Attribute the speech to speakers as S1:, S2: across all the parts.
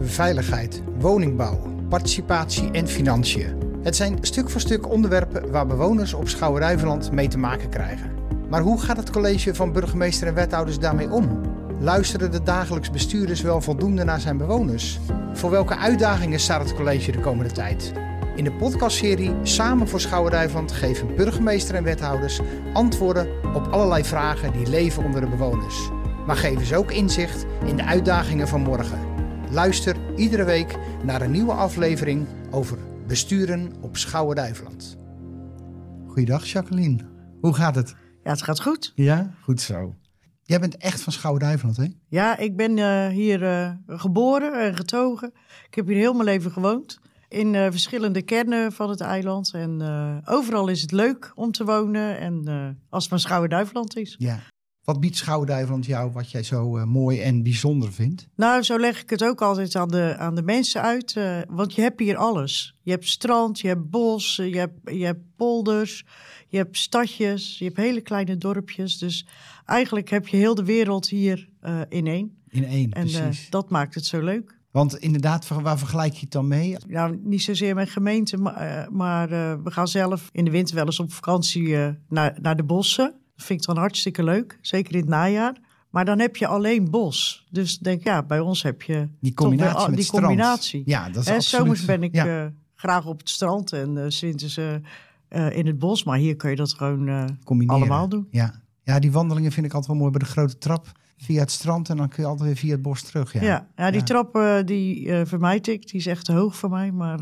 S1: veiligheid, woningbouw, participatie en financiën. Het zijn stuk voor stuk onderwerpen waar bewoners op Schouwen-Duiveland mee te maken krijgen. Maar hoe gaat het college van burgemeester en wethouders daarmee om? Luisteren de dagelijks bestuurders wel voldoende naar zijn bewoners? Voor welke uitdagingen staat het college de komende tijd? In de podcastserie Samen voor Schouwen-Duiveland geven burgemeester en wethouders antwoorden op allerlei vragen die leven onder de bewoners. Maar geven ze ook inzicht in de uitdagingen van morgen. Luister iedere week naar een nieuwe aflevering over besturen op Schouwen-Duiveland. Goeiedag Jacqueline, hoe gaat het?
S2: Ja, het gaat goed.
S1: Ja, goed zo. Jij bent echt van Schouwen-Duiveland, hè?
S2: Ja, ik ben hier geboren en getogen. Ik heb hier heel mijn leven gewoond. In verschillende kernen van het eiland. En overal is het leuk om te wonen. En als het maar Schouwen-Duiveland is.
S1: Ja. Wat biedt Schouwen-Duiveland jou wat jij zo mooi en bijzonder vindt?
S2: Nou, zo leg ik het ook altijd aan de mensen uit. Want je hebt hier alles. Je hebt strand, je hebt bos, je hebt polders, je hebt stadjes, je hebt hele kleine dorpjes. Dus eigenlijk heb je heel de wereld hier in één.
S1: In één,
S2: en,
S1: precies.
S2: Dat maakt het zo leuk.
S1: Want inderdaad, waar vergelijk je het dan mee?
S2: Nou, niet zozeer met gemeente, maar we gaan zelf in de winter wel eens op vakantie naar de bossen. Dat vind ik dan hartstikke leuk, zeker in het najaar. Maar dan heb je alleen bos. Dus denk ja, bij ons heb je
S1: die combinatie met
S2: die
S1: strand.
S2: Combinatie.
S1: Ja, dat is absoluut.
S2: Zomers ben ik graag op het strand en 's winters in het bos. Maar hier kun je dat gewoon allemaal doen.
S1: Ja, die wandelingen vind ik altijd wel mooi bij de grote trap. Via het strand en dan kun je altijd weer via het bos terug.
S2: Ja, die trap die vermijd ik. Die is echt te hoog voor mij, maar...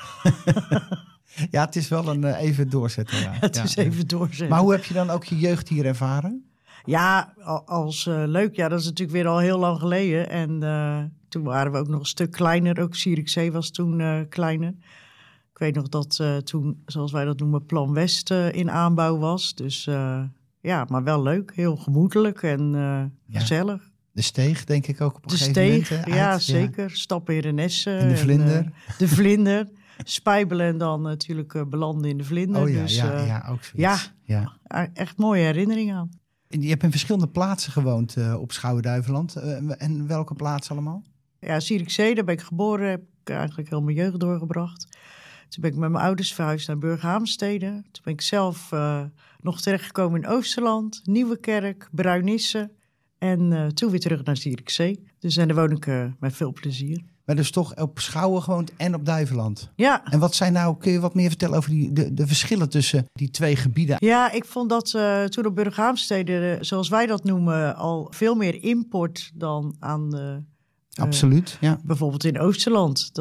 S1: Ja, het is wel een even doorzetten. Ja.
S2: Het is even doorzetten.
S1: Maar hoe heb je dan ook je jeugd hier ervaren?
S2: Ja, als leuk. Ja, dat is natuurlijk weer al heel lang geleden. En toen waren we ook nog een stuk kleiner. Ook Zierikzee was toen kleiner. Ik weet nog dat toen, zoals wij dat noemen, Plan West in aanbouw was. Dus ja, maar wel leuk. Heel gemoedelijk en gezellig.
S1: De Steeg, denk ik ook op een gegeven
S2: moment.
S1: De
S2: Steeg, zeker. Stappen in de Nessen.
S1: En de Vlinder.
S2: De Vlinder. Spijbelen en dan natuurlijk belanden in de Vlinder.
S1: Oh ja,
S2: dus,
S1: ook zoiets.
S2: Ja, echt mooie herinneringen aan.
S1: Je hebt in verschillende plaatsen gewoond op Schouwen-Duiveland. En welke plaatsen allemaal?
S2: Ja, Zierikzee, daar ben ik geboren. Heb ik eigenlijk heel mijn jeugd doorgebracht. Toen ben ik met mijn ouders verhuisd naar Burghaamstede. Toen ben ik zelf nog terechtgekomen in Oosterland, Nieuwekerk, Bruinisse. En toen weer terug naar Zierikzee. Dus en daar woon ik met veel plezier.
S1: Maar dus toch op Schouwen gewoond en op Duiveland.
S2: Ja.
S1: En wat zijn nou, kun je wat meer vertellen over de verschillen tussen die twee gebieden?
S2: Ja, ik vond dat toen op Burghaamstede, zoals wij dat noemen, al veel meer import dan aan de...
S1: Absoluut, ja.
S2: Bijvoorbeeld in Oosterland.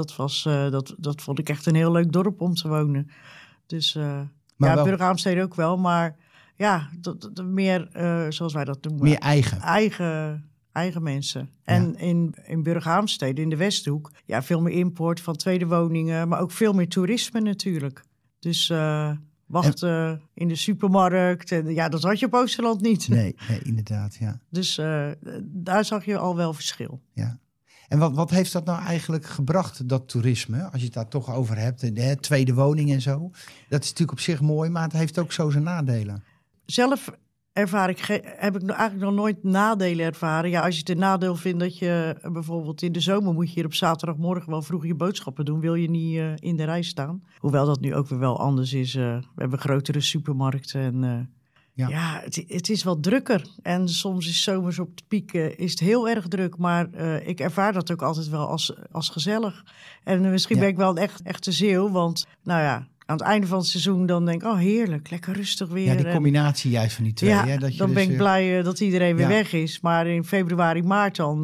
S2: Dat vond ik echt een heel leuk dorp om te wonen. Dus ja, Burghaamstede ook wel, maar ja, meer zoals wij dat noemen.
S1: Meer eigen.
S2: Eigen mensen. En in Burghaamstede, in de Westhoek, ja, veel meer import van tweede woningen, maar ook veel meer toerisme natuurlijk. Dus wachten in de supermarkt. En, ja, dat had je op Oosterland niet.
S1: Nee, inderdaad, ja.
S2: Dus daar zag je al wel verschil.
S1: Ja. En wat heeft dat nou eigenlijk gebracht, dat toerisme? Als je het daar toch over hebt, de tweede woning en zo. Dat is natuurlijk op zich mooi, maar het heeft ook zo zijn nadelen.
S2: Zelf heb ik eigenlijk nog nooit nadelen ervaren. Ja, als je het een nadeel vindt dat je bijvoorbeeld in de zomer moet je hier op zaterdagmorgen wel vroeg je boodschappen doen. Wil je niet in de rij staan. Hoewel dat nu ook weer wel anders is. We hebben grotere supermarkten en... Ja, het is wat drukker. En soms is zomers op de piek is het heel erg druk. Maar ik ervaar dat ook altijd wel als gezellig. En misschien ben ik wel een echte Zeeuw. Want nou ja, aan het einde van het seizoen dan denk ik... oh heerlijk, lekker rustig weer.
S1: Ja, die combinatie juist van die twee.
S2: Ja,
S1: hè, dat je
S2: dan
S1: dus
S2: ben ik
S1: weer...
S2: blij dat iedereen weer weg is. Maar in februari, maart dan...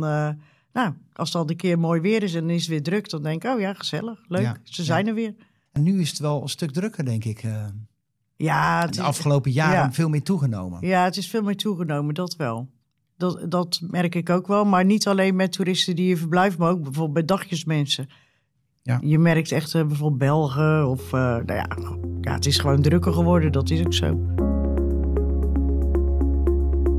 S2: als het al een keer mooi weer is en is het weer druk... dan denk ik, oh ja, gezellig, leuk. Ze zijn er weer.
S1: En nu is het wel een stuk drukker, denk ik...
S2: Ja,
S1: de afgelopen jaren veel meer toegenomen.
S2: Ja, het is veel meer toegenomen, dat wel. Dat merk ik ook wel. Maar niet alleen met toeristen die hier verblijven, maar ook bijvoorbeeld bij dagjesmensen. Ja. Je merkt echt bijvoorbeeld Belgen of... het is gewoon drukker geworden, dat is ook zo.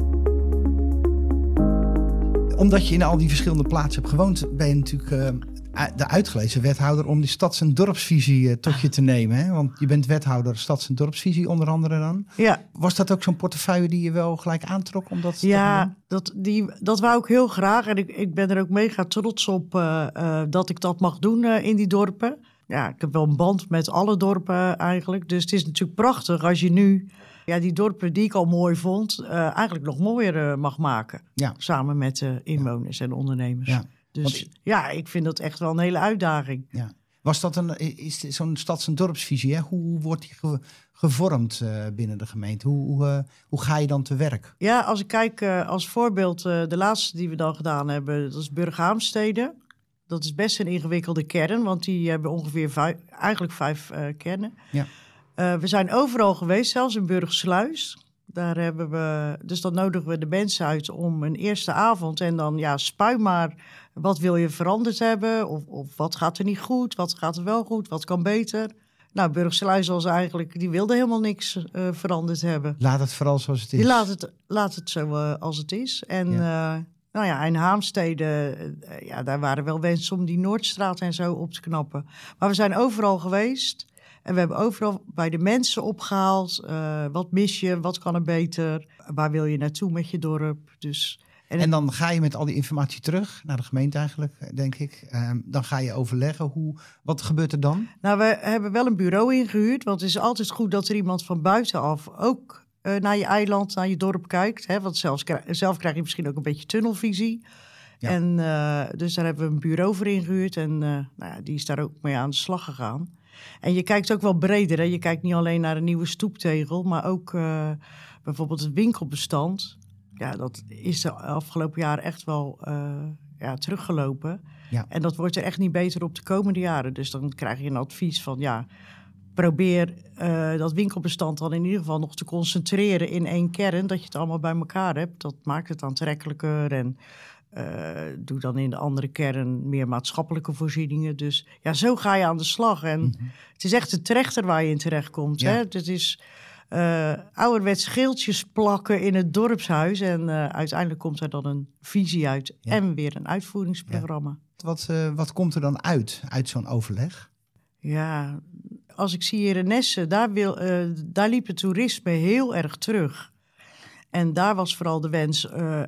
S1: Omdat je in al die verschillende plaatsen hebt gewoond, ben je natuurlijk de uitgelezen wethouder om die stads- en dorpsvisie tot je te nemen. Hè? Want je bent wethouder stads- en dorpsvisie onder andere dan.
S2: Ja.
S1: Was dat ook zo'n portefeuille die je wel gelijk aantrok? Om dat te doen?
S2: Dat wou ik heel graag. En ik ben er ook mega trots op dat ik dat mag doen in die dorpen. Ja, ik heb wel een band met alle dorpen eigenlijk. Dus het is natuurlijk prachtig als je nu die dorpen die ik al mooi vond, eigenlijk nog mooier mag maken. Ja. Samen met de inwoners en ondernemers. Ja. Dus ik vind dat echt wel een hele uitdaging. Ja.
S1: Was dat is zo'n stads- en dorpsvisie? Hè? Hoe wordt die gevormd binnen de gemeente? Hoe ga je dan te werk?
S2: Ja, als ik kijk als voorbeeld, de laatste die we dan gedaan hebben, dat is Burghaamstede. Dat is best een ingewikkelde kern, want die hebben ongeveer vijf kernen. Ja. We zijn overal geweest, zelfs in Burgsluis. Daar hebben we, dus dan nodigen we de mensen uit om een eerste avond en dan spuim maar, wat wil je veranderd hebben? Of wat gaat er niet goed? Wat gaat er wel goed? Wat kan beter? Nou, Burgsluis was eigenlijk, die wilde helemaal niks veranderd hebben.
S1: Laat het vooral zoals het is.
S2: Die laat het zo als het is. En in Haamstede, daar waren wel wensen om die Noordstraat en zo op te knappen. Maar we zijn overal geweest. En we hebben overal bij de mensen opgehaald. Wat mis je? Wat kan er beter? Waar wil je naartoe met je dorp? Dus,
S1: en dan ga je met al die informatie terug naar de gemeente eigenlijk, denk ik. Dan ga je overleggen. Wat gebeurt er dan?
S2: Nou, we hebben wel een bureau ingehuurd. Want het is altijd goed dat er iemand van buitenaf ook naar je eiland, naar je dorp kijkt. Hè? Want zelf krijg je misschien ook een beetje tunnelvisie. Ja. En dus daar hebben we een bureau voor ingehuurd. En die is daar ook mee aan de slag gegaan. En je kijkt ook wel breder. Hè? Je kijkt niet alleen naar een nieuwe stoeptegel, maar ook bijvoorbeeld het winkelbestand. Ja, dat is de afgelopen jaren echt wel teruggelopen. Ja. En dat wordt er echt niet beter op de komende jaren. Dus dan krijg je een advies van probeer dat winkelbestand dan in ieder geval nog te concentreren in één kern. Dat je het allemaal bij elkaar hebt. Dat maakt het aantrekkelijker en doe dan in de andere kern meer maatschappelijke voorzieningen. Dus zo ga je aan de slag. En het is echt een trechter waar je in terechtkomt. Ja. Hè? Het is ouderwets scheeltjes plakken in het dorpshuis. En uiteindelijk komt er dan een visie uit en weer een uitvoeringsprogramma.
S1: Ja. Wat komt er dan uit zo'n overleg?
S2: Ja, als ik zie hier in Nessen, daar liep het toerisme heel erg terug. En daar was vooral de wens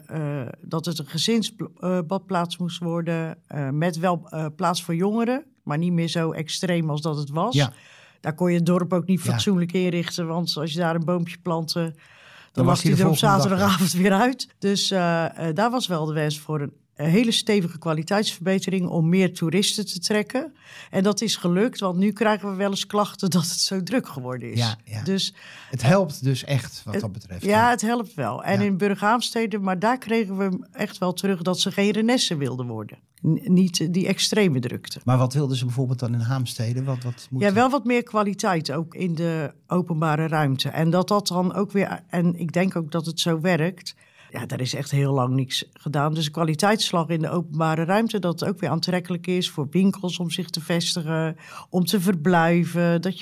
S2: dat het een gezinsbadplaats moest worden. Met wel plaats voor jongeren, maar niet meer zo extreem als dat het was. Ja. Daar kon je het dorp ook niet fatsoenlijk inrichten. Want als je daar een boompje plantte, dan was hij er op zaterdagavond weer uit. Dus daar was wel de wens voor een hele stevige kwaliteitsverbetering om meer toeristen te trekken. En dat is gelukt, want nu krijgen we wel eens klachten dat het zo druk geworden is. Ja. Dus,
S1: het helpt dus echt wat dat betreft.
S2: Ja, het helpt wel. En in Burghaamstede, maar daar kregen we echt wel terug dat ze geen Renesse wilden worden. Niet die extreme drukte.
S1: Maar wat wilden ze bijvoorbeeld dan in Haamstede?
S2: Wel wat meer kwaliteit ook in de openbare ruimte. En dat dan ook weer, en ik denk ook dat het zo werkt. Ja, daar is echt heel lang niks gedaan. Dus een kwaliteitsslag in de openbare ruimte, dat het ook weer aantrekkelijk is voor winkels om zich te vestigen, om te verblijven. Dat je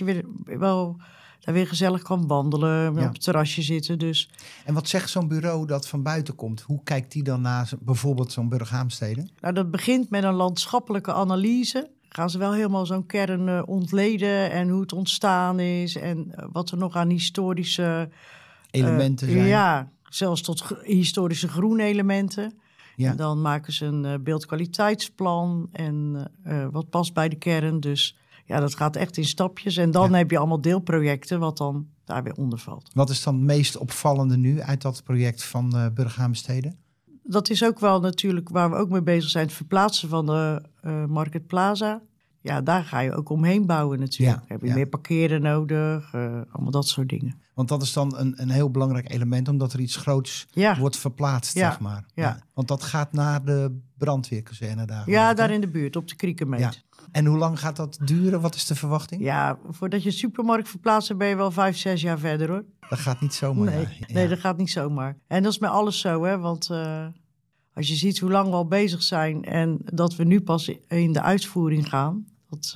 S2: daar weer gezellig kan wandelen, op het terrasje zitten. Dus.
S1: En wat zegt zo'n bureau dat van buiten komt? Hoe kijkt die dan naar bijvoorbeeld zo'n Burghaamstede?
S2: Nou, dat begint met een landschappelijke analyse. Gaan ze wel helemaal zo'n kern ontleden en hoe het ontstaan is en wat er nog aan historische
S1: elementen zijn.
S2: Ja, zelfs tot historische groenelementen. Ja. En dan maken ze een beeldkwaliteitsplan en wat past bij de kern. Dus dat gaat echt in stapjes. En dan heb je allemaal deelprojecten wat dan daar weer onder valt.
S1: Wat is dan het meest opvallende nu uit dat project van Burghaamstede?
S2: Dat is ook wel natuurlijk waar we ook mee bezig zijn. Het verplaatsen van de Market Plaza. Ja, daar ga je ook omheen bouwen natuurlijk. Heb je meer parkeren nodig, allemaal dat soort dingen.
S1: Want dat is dan een heel belangrijk element, omdat er iets groots wordt verplaatst, zeg maar. Ja. Want dat gaat naar de brandweerkazerne daar.
S2: Ja, daar in de buurt, op de Kriekenmeet. Ja.
S1: En hoe lang gaat dat duren? Wat is de verwachting?
S2: Ja, voordat je een supermarkt verplaatst, ben je wel 5-6 jaar verder, hoor.
S1: Dat gaat niet zomaar.
S2: Nee, dat gaat niet zomaar. En dat is met alles zo, hè. Want als je ziet hoe lang we al bezig zijn en dat we nu pas in de uitvoering gaan.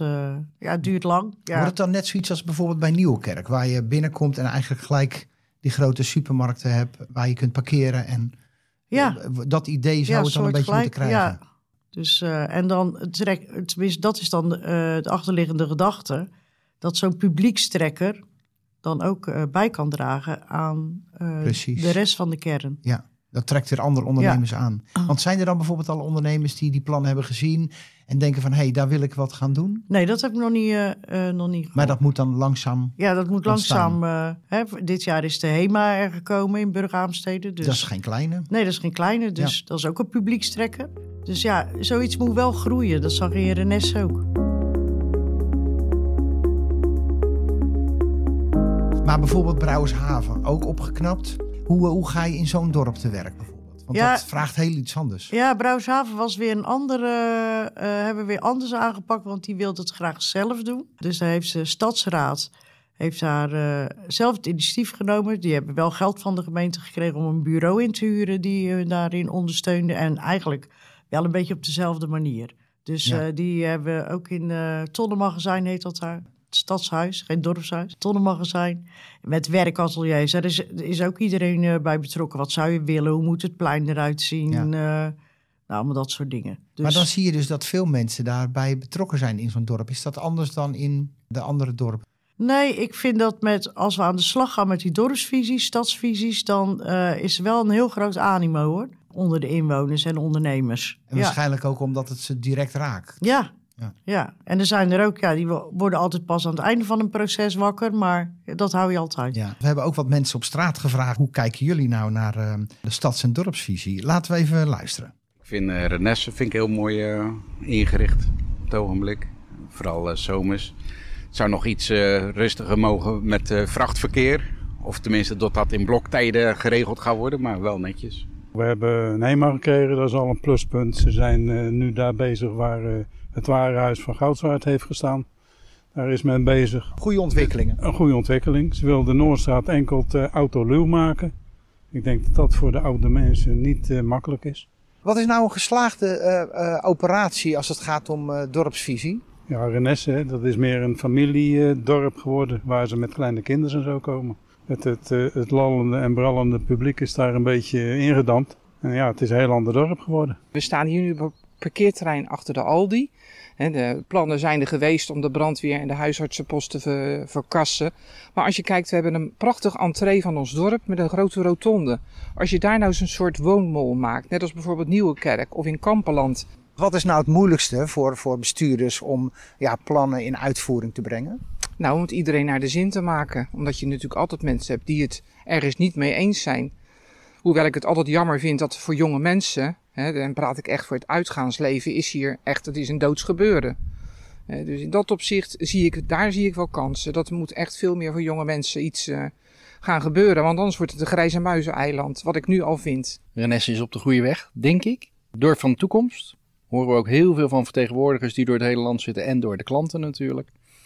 S2: Het duurt lang. Ja.
S1: Wordt het dan net zoiets als bijvoorbeeld bij Nieuwerkerk, waar je binnenkomt en eigenlijk gelijk die grote supermarkten hebt waar je kunt parkeren en dat idee zou het dan een beetje moeten krijgen?
S2: Dus, en dan, tenminste, dat is dan de achterliggende gedachte, dat zo'n publiekstrekker dan ook bij kan dragen aan de rest van de kern.
S1: Ja, dat trekt weer andere ondernemers aan. Want zijn er dan bijvoorbeeld al ondernemers die plannen hebben gezien en denken van, daar wil ik wat gaan doen?
S2: Nee, dat heb ik nog niet
S1: Maar dat moet dan langzaam.
S2: Ja, dat moet langzaam. Dit jaar is de HEMA er gekomen in Burg-Aamstede. Dus...
S1: Dat is geen kleine.
S2: Nee, dat is geen kleine. Dus dat is ook een publiekstrekker. Dus ja, zoiets moet wel groeien. Dat zag je in Renesse ook.
S1: Maar bijvoorbeeld Brouwershaven, ook opgeknapt. Hoe ga je in zo'n dorp te werk bijvoorbeeld? Want dat vraagt heel iets anders. Ja,
S2: Brouwershaven was weer een andere... hebben we weer anders aangepakt, want die wilde het graag zelf doen. Dus daar heeft de stadsraad daar zelf het initiatief genomen. Die hebben wel geld van de gemeente gekregen om een bureau in te huren die daarin ondersteunde. En eigenlijk wel een beetje op dezelfde manier. Dus die hebben ook in Tonnenmagazijn, heet dat daar. Het stadshuis, geen dorpshuis, tonnenmagazijn. Met werkateliers. Daar is ook iedereen bij betrokken. Wat zou je willen? Hoe moet het plein eruit zien? Allemaal dat soort dingen. Dus...
S1: Maar dan zie je dus dat veel mensen daarbij betrokken zijn in zo'n dorp. Is dat anders dan in de andere dorpen?
S2: Nee, ik vind dat als we aan de slag gaan met die dorpsvisies, stadsvisies, dan is er wel een heel groot animo hoor. Onder de inwoners en ondernemers.
S1: En waarschijnlijk ook omdat het ze direct raakt.
S2: Ja, en er zijn er ook, die worden altijd pas aan het einde van een proces wakker, maar dat hou je altijd. Ja.
S1: We hebben ook wat mensen op straat gevraagd, hoe kijken jullie nou naar de stads- en dorpsvisie? Laten we even luisteren.
S3: Ik vind Renesse heel mooi ingericht op het ogenblik, vooral zomers. Het zou nog iets rustiger mogen met vrachtverkeer, of tenminste dat in bloktijden geregeld gaat worden, maar wel netjes.
S4: We hebben een HEMA gekregen, dat is al een pluspunt. Ze zijn nu daar bezig waar... het warenhuis van Goudzwaard heeft gestaan. Daar is men bezig.
S1: Goede ontwikkelingen.
S4: Een goede ontwikkeling. Ze wilden de Noordstraat enkel autoluw maken. Ik denk dat dat voor de oude mensen niet makkelijk is.
S1: Wat is nou een geslaagde operatie als het gaat om dorpsvisie?
S4: Ja, Renesse, dat is meer een familiedorp geworden. Waar ze met kleine kinderen en zo komen. Het lallende en brallende publiek is daar een beetje ingedampt. En het is een heel ander dorp geworden.
S5: We staan hier nu op parkeerterrein achter de Aldi. De plannen zijn er geweest om de brandweer en de huisartsenpost te verkassen. Maar als je kijkt, we hebben een prachtig entree van ons dorp met een grote rotonde. Als je daar nou eens een soort woonmol maakt, net als bijvoorbeeld Nieuwekerk of in Kampenland.
S1: Wat is nou het moeilijkste voor bestuurders om plannen in uitvoering te brengen?
S5: Nou, om het iedereen naar de zin te maken. Omdat je natuurlijk altijd mensen hebt die het ergens niet mee eens zijn. Hoewel ik het altijd jammer vind dat voor jonge mensen, dan praat ik echt voor het uitgaansleven, is hier echt, het is een doodsgebeuren. Dus in dat opzicht zie ik wel kansen. Dat moet echt veel meer voor jonge mensen iets gaan gebeuren. Want anders wordt het een grijze muizeneiland, wat ik nu al vind.
S6: Renesse is op de goede weg, denk ik. Dorp van de toekomst. Horen we ook heel veel van vertegenwoordigers die door het hele land zitten en door de klanten natuurlijk.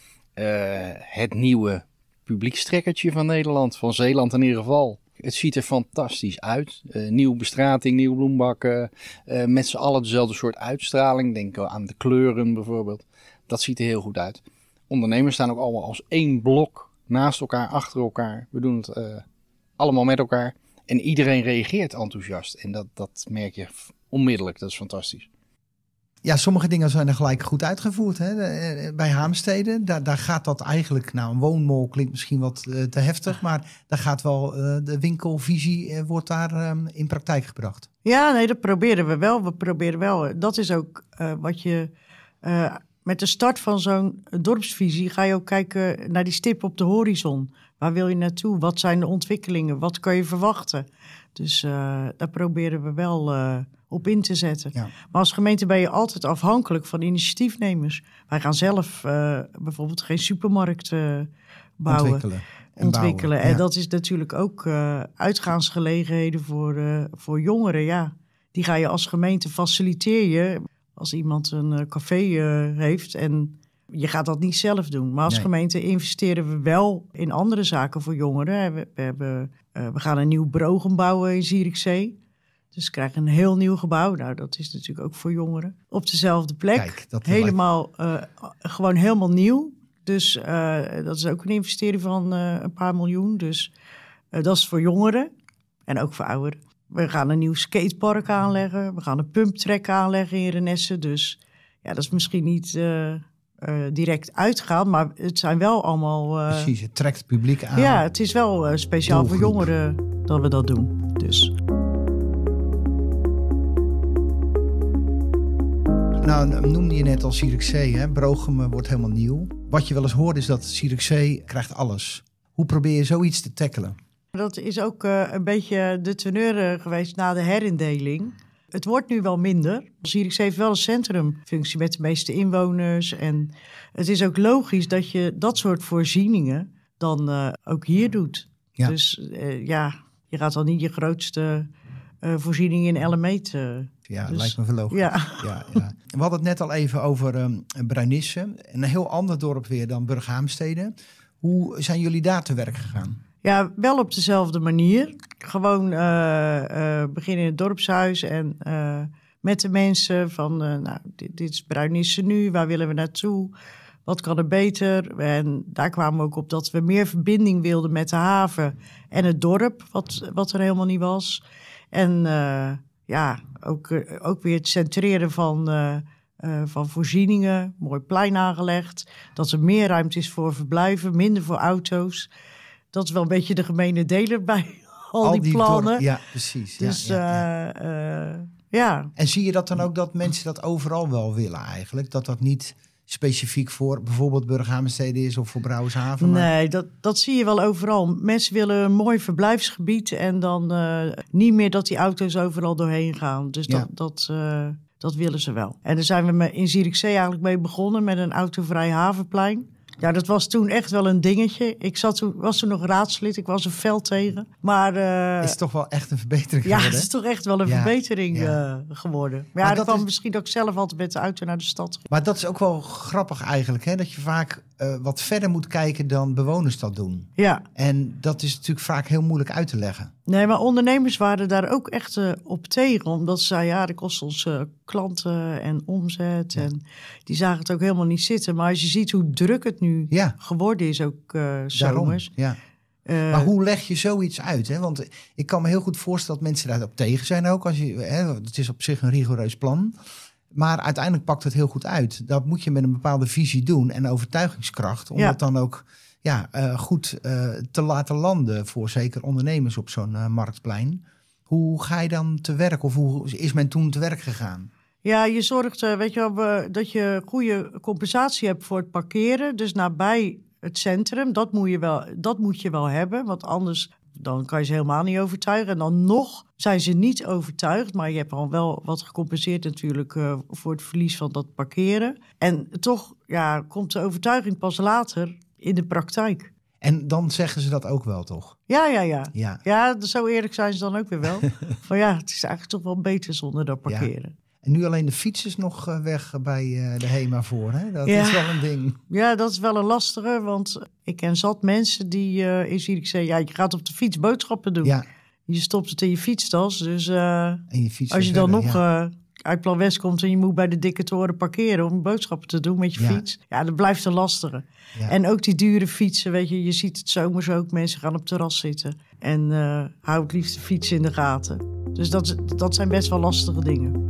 S6: Het nieuwe publiekstrekkertje van Nederland, van Zeeland in ieder geval. Het ziet er fantastisch uit. Nieuwe bestrating, nieuwe bloembakken. Met z'n allen dezelfde soort uitstraling. Denk aan de kleuren bijvoorbeeld. Dat ziet er heel goed uit. Ondernemers staan ook allemaal als één blok naast elkaar, achter elkaar. We doen het allemaal met elkaar. En iedereen reageert enthousiast. En dat merk je onmiddellijk. Dat is fantastisch.
S1: Ja, sommige dingen zijn er gelijk goed uitgevoerd. Hè? Bij Haamstede, daar gaat dat eigenlijk... een woonmol klinkt misschien wat te heftig... maar daar gaat wel de winkelvisie wordt daar in praktijk gebracht.
S2: Ja, nee, dat proberen we wel. We proberen wel. Dat is ook wat je... met de start van zo'n dorpsvisie ga je ook kijken naar die stip op de horizon. Waar wil je naartoe? Wat zijn de ontwikkelingen? Wat kan je verwachten? Dus daar proberen we wel... op in te zetten. Ja. Maar als gemeente ben je altijd afhankelijk van initiatiefnemers. Wij gaan zelf bijvoorbeeld geen supermarkt bouwen. Ontwikkelen. En dat is natuurlijk ook uitgaansgelegenheden voor jongeren. Ja. Die ga je als gemeente faciliteer je. Als iemand een café heeft en je gaat dat niet zelf doen. Maar als gemeente investeren we wel in andere zaken voor jongeren. We gaan een nieuw Brogen bouwen in Zierikzee. Dus we krijgen een heel nieuw gebouw. Nou, dat is natuurlijk ook voor jongeren. Op dezelfde plek. Kijk, gewoon helemaal nieuw. Dus dat is ook een investering van een paar miljoen. Dus dat is voor jongeren en ook voor ouderen. We gaan een nieuw skatepark aanleggen. We gaan een pumptrack aanleggen in Renesse. Dus ja, dat is misschien niet direct uitgaan, maar het zijn wel allemaal...
S1: Precies, het trekt het publiek aan.
S2: Ja, het is wel speciaal voor jongeren dat we dat doen. Dus.
S1: Nou, noemde je net al Zierikzee, hè? Brochem wordt helemaal nieuw. Wat je wel eens hoort is dat Zierikzee krijgt alles. Hoe probeer je zoiets te tackelen?
S2: Dat is ook een beetje de teneur geweest na de herindeling. Het wordt nu wel minder. Zierikzee heeft wel een centrumfunctie met de meeste inwoners. En het is ook logisch dat je dat soort voorzieningen dan ook hier doet. Ja. Dus je gaat dan niet je grootste voorziening in Ellemeet.
S1: Ja, dus, lijkt me wel logisch. Ja. Ja. We hadden het net al even over Bruinisse. Een heel ander dorp weer dan Burghaamstede. Hoe zijn jullie daar te werk gegaan?
S2: Ja, wel op dezelfde manier. Gewoon beginnen in het dorpshuis en met de mensen van... dit is Bruinisse nu, waar willen we naartoe? Wat kan er beter? En daar kwamen we ook op dat we meer verbinding wilden met de haven en het dorp, wat er helemaal niet was. En ook weer het centreren van voorzieningen, mooi plein aangelegd. Dat er meer ruimte is voor verblijven, minder voor auto's. Dat is wel een beetje de gemene deler bij al die plannen.
S1: Ja, precies.
S2: Dus
S1: ja. En zie je dat dan ook dat mensen dat overal wel willen eigenlijk? Dat niet specifiek voor bijvoorbeeld Burghaamstede is of voor Brouwershaven?
S2: Nee, dat zie je wel overal. Mensen willen een mooi verblijfsgebied en dan niet meer dat die auto's overal doorheen gaan. Dus dat willen ze wel. En daar zijn we in Zierikzee eigenlijk mee begonnen met een autovrij havenplein. Ja, dat was toen echt wel een dingetje. Was toen nog raadslid, ik was er fel tegen. Maar
S1: is toch wel echt een verbetering geworden?
S2: Ja, het is toch echt wel een verbetering geworden. Maar dat kwam misschien ook zelf altijd met de auto naar de stad.
S1: Maar dat is ook wel grappig eigenlijk, hè? Dat je vaak wat verder moet kijken dan bewoners dat doen.
S2: Ja.
S1: En dat is natuurlijk vaak heel moeilijk uit te leggen.
S2: Nee, maar ondernemers waren daar ook echt op tegen. Omdat ze zeiden, dat kost ons klanten en omzet. Ja. En die zagen het ook helemaal niet zitten. Maar als je ziet hoe druk het nu geworden is, ook zomers.
S1: Ja. Maar hoe leg je zoiets uit? Hè? Want ik kan me heel goed voorstellen dat mensen daarop tegen zijn ook. Het is op zich een rigoureus plan. Maar uiteindelijk pakt het heel goed uit. Dat moet je met een bepaalde visie doen en overtuigingskracht. Om het dan ook goed te laten landen voor zeker ondernemers op zo'n marktplein. Hoe ga je dan te werk of hoe is men toen te werk gegaan?
S2: Ja, je zorgt dat je goede compensatie hebt voor het parkeren. Dus nabij het centrum, dat moet je wel hebben. Want anders dan kan je ze helemaal niet overtuigen. En dan nog zijn ze niet overtuigd. Maar je hebt al wel wat gecompenseerd natuurlijk voor het verlies van dat parkeren. En toch komt de overtuiging pas later in de praktijk.
S1: En dan zeggen ze dat ook wel, toch?
S2: Ja. Ja, zo eerlijk zijn ze dan ook weer wel. Van het is eigenlijk toch wel beter zonder dat parkeren. Ja.
S1: En nu alleen de fietsers nog weg bij de HEMA voor, hè? Dat is wel een ding.
S2: Ja, dat is wel een lastige, want ik ken zat mensen die in Zierikzee... je gaat op de fiets boodschappen doen. Ja. Je stopt het in je fietstas, dus als je dan nog uit Plan West komt... en je moet bij de Dikke Toren parkeren om boodschappen te doen met je fiets... dat blijft een lastige. Ja. En ook die dure fietsen, je ziet het zomers ook. Mensen gaan op het terras zitten en hou het liefst de fiets in de gaten. Dus dat zijn best wel lastige dingen.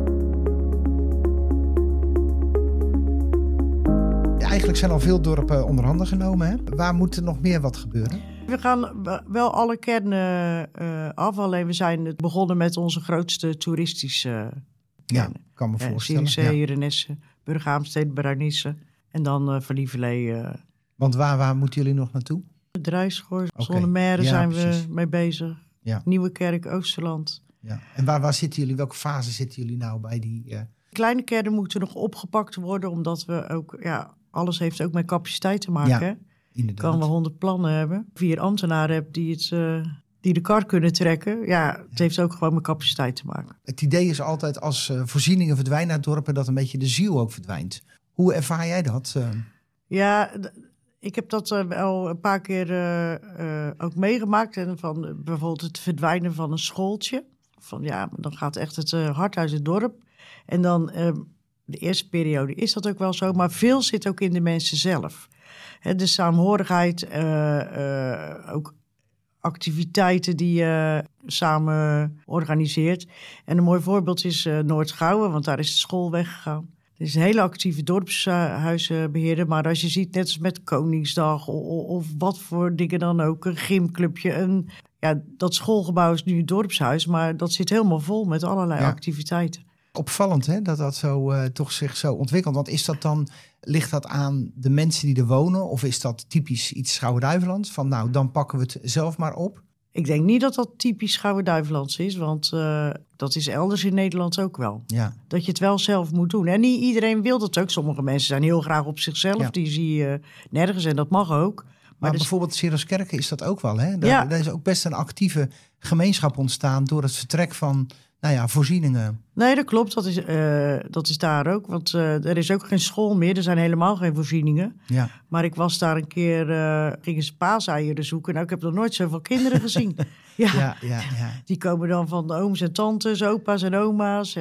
S1: Eigenlijk zijn al veel dorpen onder handen genomen. Hè? Waar moet er nog meer wat gebeuren?
S2: We gaan wel alle kernen af. Alleen we zijn begonnen met onze grootste toeristische kernen.
S1: Ja, kan me voorstellen.
S2: Zierikzee, Renesse, Burghaamstede, Bruinisse en dan Van Lieverlee.
S1: Want waar moeten jullie nog naartoe?
S2: Drijschoor, Zonnemeire zijn we mee bezig. Ja. Nieuwekerk, Oosterland.
S1: Ja. En waar zitten jullie? Welke fase zitten jullie nou bij die...
S2: Kleine kernen moeten nog opgepakt worden, omdat we ook... alles heeft ook met capaciteit te maken. Ja, inderdaad. Kan we 100 plannen hebben. 4 ambtenaren hebben die de kar kunnen trekken. Ja, het heeft ook gewoon met capaciteit te maken.
S1: Het idee is altijd als voorzieningen verdwijnen uit dorpen... dat een beetje de ziel ook verdwijnt. Hoe ervaar jij dat?
S2: Ja, ik heb dat wel een paar keer ook meegemaakt. En van bijvoorbeeld het verdwijnen van een schooltje. Dan gaat echt het hart uit het dorp. En dan... de eerste periode is dat ook wel zo, maar veel zit ook in de mensen zelf. De saamhorigheid, ook activiteiten die je samen organiseert. En een mooi voorbeeld is Noord-Gouwen, want daar is de school weggegaan. Het is een hele actieve dorpshuisbeheerder. Maar als je ziet, net als met Koningsdag of wat voor dingen dan ook, een gymclubje. Dat schoolgebouw is nu een dorpshuis, maar dat zit helemaal vol met allerlei activiteiten.
S1: Opvallend hè, dat zo toch zich zo ontwikkelt. Want ligt dat aan de mensen die er wonen? Of is dat typisch iets Schouwen-Duivelands? Van nou, dan pakken we het zelf maar op.
S2: Ik denk niet dat dat typisch Schouwen-Duivelands is. Want dat is elders in Nederland ook wel. Ja. Dat je het wel zelf moet doen. En niet iedereen wil dat ook. Sommige mensen zijn heel graag op zichzelf. Ja. Die zie je nergens en dat mag ook.
S1: Maar bijvoorbeeld Seroskerken is dat ook wel. Hè? Daar is ook best een actieve gemeenschap ontstaan door het vertrek van voorzieningen. Nee,
S2: dat klopt. Dat is daar ook. Want er is ook geen school meer. Er zijn helemaal geen voorzieningen. Ja. Maar ik was daar een keer, gingen ze paaseieren zoeken. Nou, ik heb nog nooit zoveel kinderen gezien. Ja. Die komen dan van de ooms en tantes, opa's en oma's.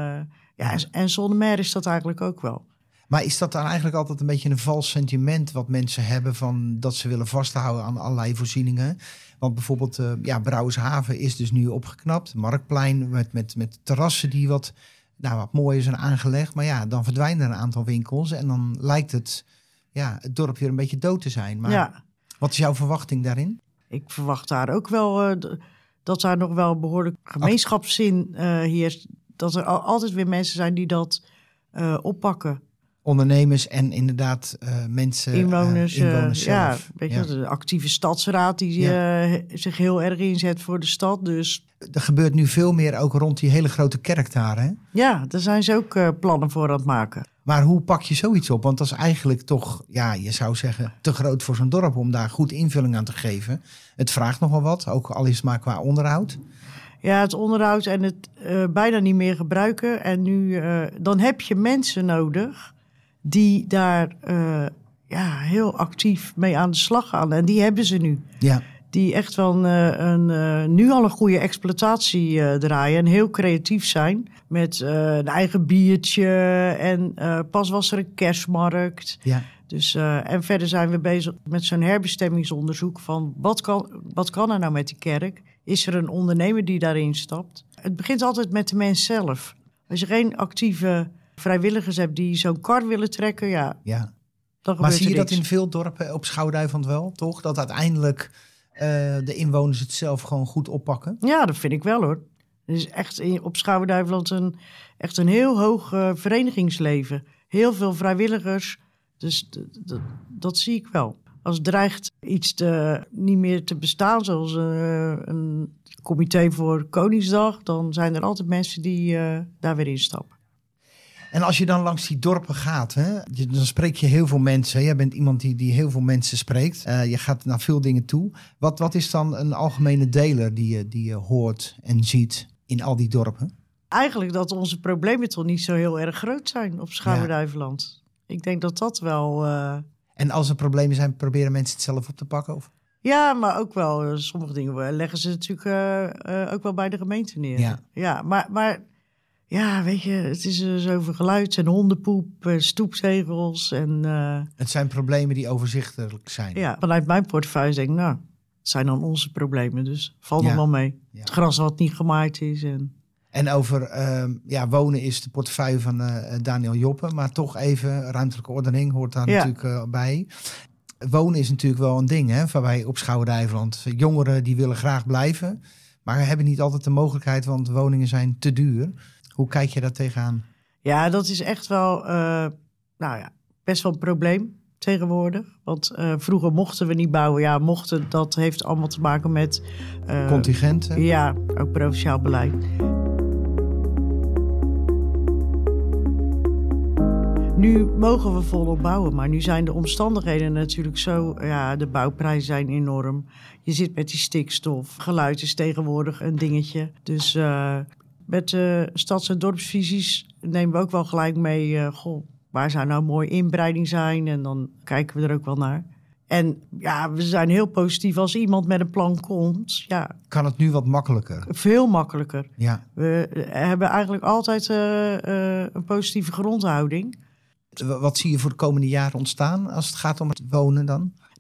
S2: En zonder meer is dat eigenlijk ook wel.
S1: Maar is dat dan eigenlijk altijd een beetje een vals sentiment wat mensen hebben van dat ze willen vasthouden aan allerlei voorzieningen? Want bijvoorbeeld Brouwershaven is dus nu opgeknapt. Marktplein met terrassen die wat mooier zijn aangelegd. Maar dan verdwijnen er een aantal winkels en dan lijkt het dorp weer een beetje dood te zijn. Maar wat is jouw verwachting daarin?
S2: Ik verwacht daar ook wel dat daar nog wel behoorlijk gemeenschapszin heerst. Dat er altijd weer mensen zijn die dat oppakken.
S1: Ondernemers en inderdaad mensen, inwoners zelf.
S2: De actieve stadsraad die zich heel erg inzet voor de stad. Dus.
S1: Er gebeurt nu veel meer ook rond die hele grote kerk daar, hè?
S2: Ja, daar zijn ze ook plannen voor aan het maken.
S1: Maar hoe pak je zoiets op? Want dat is eigenlijk toch, je zou zeggen, te groot voor zo'n dorp om daar goed invulling aan te geven. Het vraagt nog wel wat, ook al is het maar qua onderhoud.
S2: Ja, het onderhoud en het bijna niet meer gebruiken. En nu, dan heb je mensen nodig die daar heel actief mee aan de slag gaan. En die hebben ze nu. Ja. Die echt wel nu al een goede exploitatie draaien. En heel creatief zijn. Met een eigen biertje. En pas was er een kerstmarkt. Ja. Dus, en verder zijn we bezig met zo'n herbestemmingsonderzoek. Van wat kan er nou met die kerk? Is er een ondernemer die daarin stapt? Het begint altijd met de mens zelf. Als je geen actieve vrijwilligers hebt die zo'n kar willen trekken, dan
S1: maar zie je
S2: niks.
S1: Dat in veel dorpen op Schouwen-Duiveland wel, toch? Dat uiteindelijk de inwoners het zelf gewoon goed oppakken?
S2: Ja, dat vind ik wel hoor. Er is echt op Schouwen-Duiveland een heel hoog verenigingsleven. Heel veel vrijwilligers. Dus dat zie ik wel. Als het dreigt iets niet meer te bestaan, zoals een comité voor Koningsdag, dan zijn er altijd mensen die daar weer instappen.
S1: En als je dan langs die dorpen gaat, dan spreek je heel veel mensen. Jij bent iemand die heel veel mensen spreekt. Je gaat naar veel dingen toe. Wat is dan een algemene deler die je hoort en ziet in al die dorpen?
S2: Eigenlijk dat onze problemen toch niet zo heel erg groot zijn op Schouwen-Duiveland. Ik denk dat wel.
S1: En als er problemen zijn, proberen mensen het zelf op te pakken? Of?
S2: Ja, maar ook wel. Sommige dingen leggen ze natuurlijk ook wel bij de gemeente neer. Ja, maar weet je, het is zoveel geluid en hondenpoep, stoeptegels.
S1: Het zijn problemen die overzichtelijk zijn.
S2: Ja, vanuit mijn portefeuille denk ik, het zijn dan onze problemen. Dus valt nog wel mee. Ja. Het gras wat niet gemaaid is.
S1: En over wonen is de portefeuille van Daniel Joppe. Maar toch even, ruimtelijke ordening hoort daar natuurlijk bij. Wonen is natuurlijk wel een ding, hè, waarbij op Schouwen-Duiveland. Jongeren die willen graag blijven, maar hebben niet altijd de mogelijkheid, want woningen zijn te duur. Hoe kijk je daar tegenaan?
S2: Ja, dat is echt wel best wel een probleem tegenwoordig. Want vroeger mochten we niet bouwen. Ja, dat heeft allemaal te maken met
S1: contingenten.
S2: Ja, ook provinciaal beleid. Nu mogen we volop bouwen, maar nu zijn de omstandigheden natuurlijk zo. Ja, de bouwprijzen zijn enorm. Je zit met die stikstof. Geluid is tegenwoordig een dingetje. Dus met de stads- en dorpsvisies nemen we ook wel gelijk mee. Waar zou nou mooi inbreiding zijn? En dan kijken we er ook wel naar. En we zijn heel positief als iemand met een plan komt. Ja.
S1: Kan het nu wat makkelijker?
S2: Veel makkelijker.
S1: Ja.
S2: We hebben eigenlijk altijd een positieve grondhouding.
S1: Wat zie je voor de komende jaren ontstaan als het gaat om het wonen dan?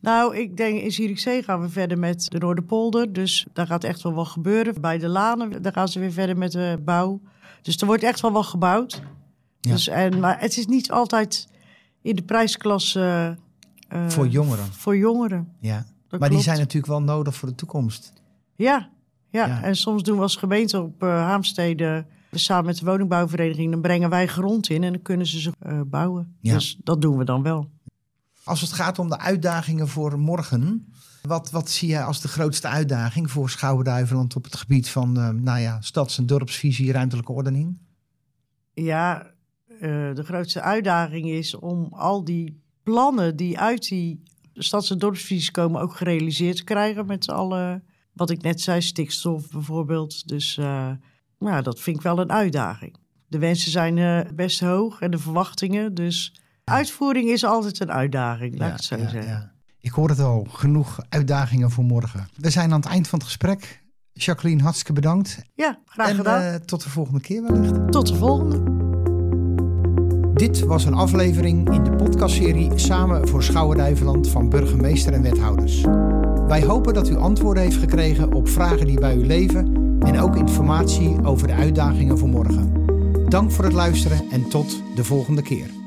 S2: Nou, ik denk in Zierikzee gaan we verder met de Noorderpolder. Dus daar gaat echt wel wat gebeuren. Bij de Lanen, daar gaan ze weer verder met de bouw. Dus er wordt echt wel wat gebouwd.
S1: Ja.
S2: Dus, maar het is niet altijd in de prijsklasse...
S1: Voor jongeren.
S2: Voor jongeren.
S1: Ja. Maar
S2: klopt.
S1: die zijn natuurlijk wel nodig voor de toekomst.
S2: Ja. En soms doen we als gemeente op Haamstede... samen met de woningbouwvereniging... dan brengen wij grond in en dan kunnen ze bouwen.
S1: Ja.
S2: Dus dat doen we dan wel.
S1: Als het gaat om de uitdagingen voor morgen... Wat zie jij als de grootste uitdaging voor Schouwen-Duiveland... op het gebied van stads- en dorpsvisie, ruimtelijke ordening?
S2: Ja, de grootste uitdaging is om al die plannen... die uit die stads- en dorpsvisies komen... ook gerealiseerd te krijgen met alle... wat ik net zei, stikstof bijvoorbeeld. Dus dat vind ik wel een uitdaging. De wensen zijn best hoog en de verwachtingen. Dus uitvoering is altijd een uitdaging, laat ik het zo zeggen. Ja.
S1: Ik hoor het al, genoeg uitdagingen voor morgen. We zijn aan het eind van het gesprek. Jacqueline, hartstikke bedankt.
S2: Ja, graag gedaan.
S1: Tot de volgende keer wellicht.
S2: Tot de volgende.
S1: Dit was een aflevering in de podcastserie Samen voor Schouwen-Duiveland van burgemeester en wethouders. Wij hopen dat u antwoorden heeft gekregen op vragen die bij u leven en ook informatie over de uitdagingen voor morgen. Dank voor het luisteren en tot de volgende keer.